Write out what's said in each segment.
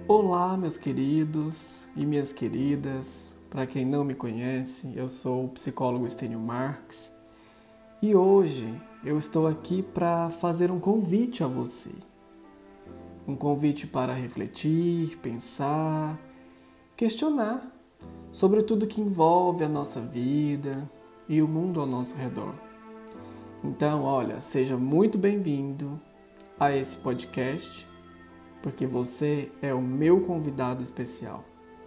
Olá, meus queridos e minhas queridas. Para quem não me conhece, eu sou o psicólogo Estênio Marques e hoje eu estou aqui para fazer um convite a você. Um convite para refletir, pensar, questionar sobre tudo que envolve a nossa vida e o mundo ao nosso redor. Então, olha, seja muito bem-vindo a esse podcast, porque você é o meu convidado especial.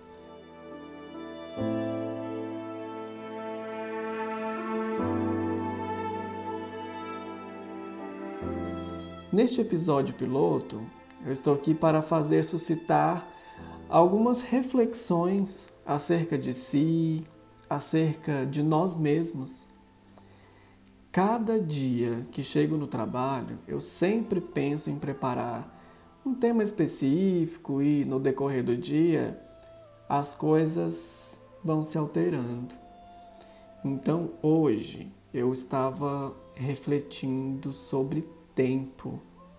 Neste episódio piloto, eu estou aqui para fazer suscitar algumas reflexões acerca de si, acerca de nós mesmos. Cada dia que chego no trabalho, eu sempre penso em preparar um tema específico e, no decorrer do dia, as coisas vão se alterando. Então, hoje, eu estava refletindo sobre tempo,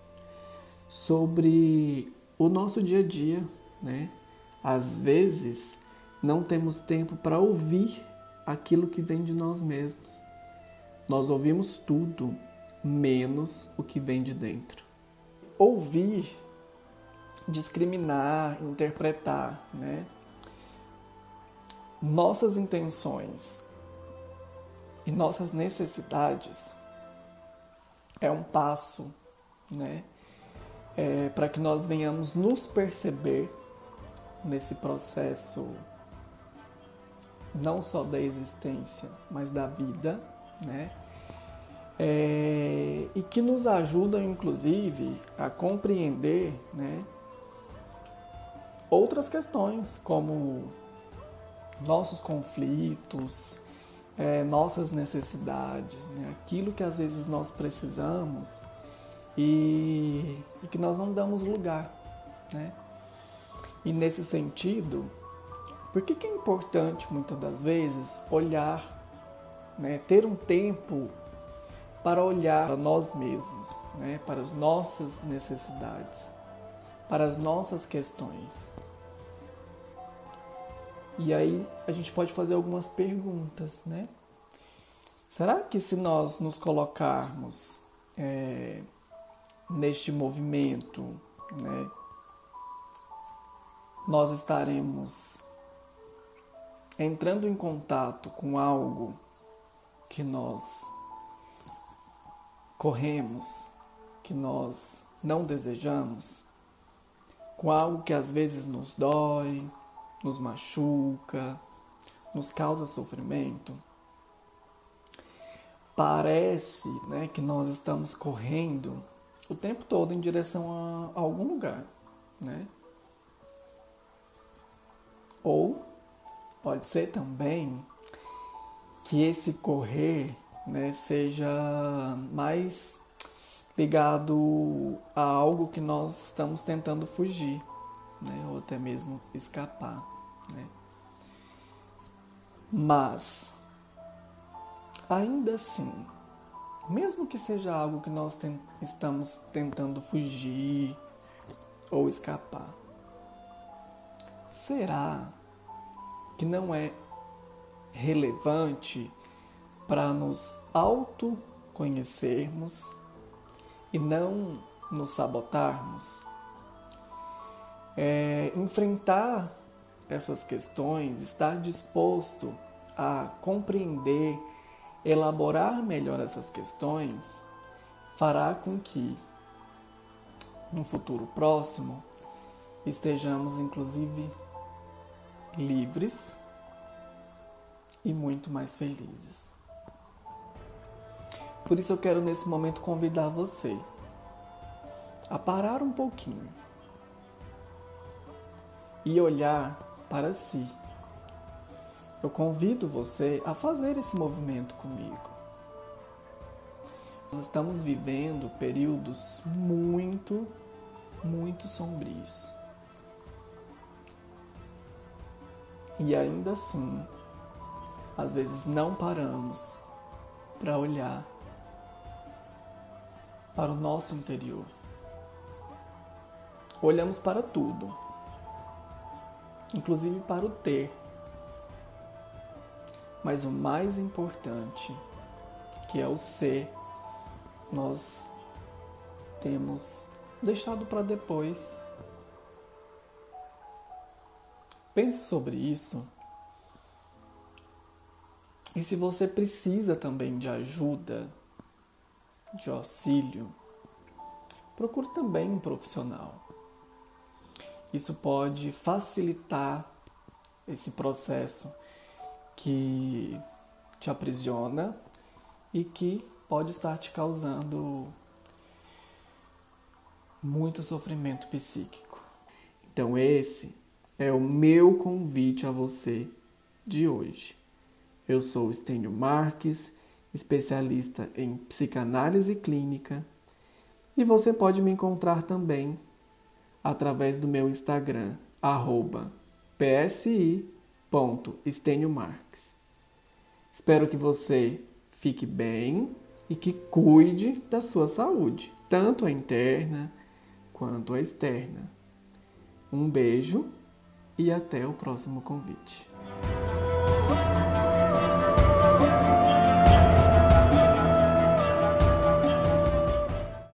sobre o nosso dia a dia, né? Às vezes, não temos tempo para ouvir aquilo que vem de nós mesmos. Nós ouvimos tudo, menos o que vem de dentro. Ouvir, discriminar, interpretar, né? Nossas intenções e nossas necessidades é um passo, né? Para que nós venhamos nos perceber nesse processo não só da existência, mas da vida, né? E que nos ajudam, inclusive, a compreender, né, outras questões, como nossos conflitos, nossas necessidades, né, aquilo que às vezes nós precisamos e que nós não damos lugar, né? E nesse sentido, por que é importante, muitas das vezes, olhar, né, ter um tempo para olhar para nós mesmos, né, para as nossas necessidades, para as nossas questões. E aí a gente pode fazer algumas perguntas, né? Será que se nós nos colocarmos neste movimento, né, nós estaremos entrando em contato com algo que nós corremos, que nós não desejamos, com algo que às vezes nos dói, nos machuca, nos causa sofrimento? Parece, né, que nós estamos correndo o tempo todo em direção a algum lugar, né? Ou pode ser também que esse correr, né, seja mais ligado a algo que nós estamos tentando fugir, né, ou até mesmo escapar, né? Mas, ainda assim, mesmo que seja algo que nós estamos tentando fugir ou escapar, será que não é relevante para nos autoconhecermos e não nos sabotarmos? Enfrentar essas questões, estar disposto a compreender, elaborar melhor essas questões, fará com que, no futuro próximo, estejamos, inclusive, livres e muito mais felizes. Por isso eu quero, nesse momento, convidar você a parar um pouquinho e olhar para si. Eu convido você a fazer esse movimento comigo. Nós estamos vivendo períodos muito, muito sombrios. E ainda assim, às vezes não paramos para olhar para o nosso interior. Olhamos para tudo, inclusive para o ter. Mas o mais importante, que é o ser, nós temos deixado para depois. Pense sobre isso. E se você precisa também de ajuda, de auxílio, procure também um profissional. Isso pode facilitar esse processo que te aprisiona e que pode estar te causando muito sofrimento psíquico. Então esse é o meu convite a você de hoje. Eu sou Estênio Marques, especialista em psicanálise clínica, e você pode me encontrar também através do meu Instagram, @psi.esteniomarques. Espero que você fique bem e que cuide da sua saúde, tanto a interna quanto a externa. Um beijo e até o próximo convite.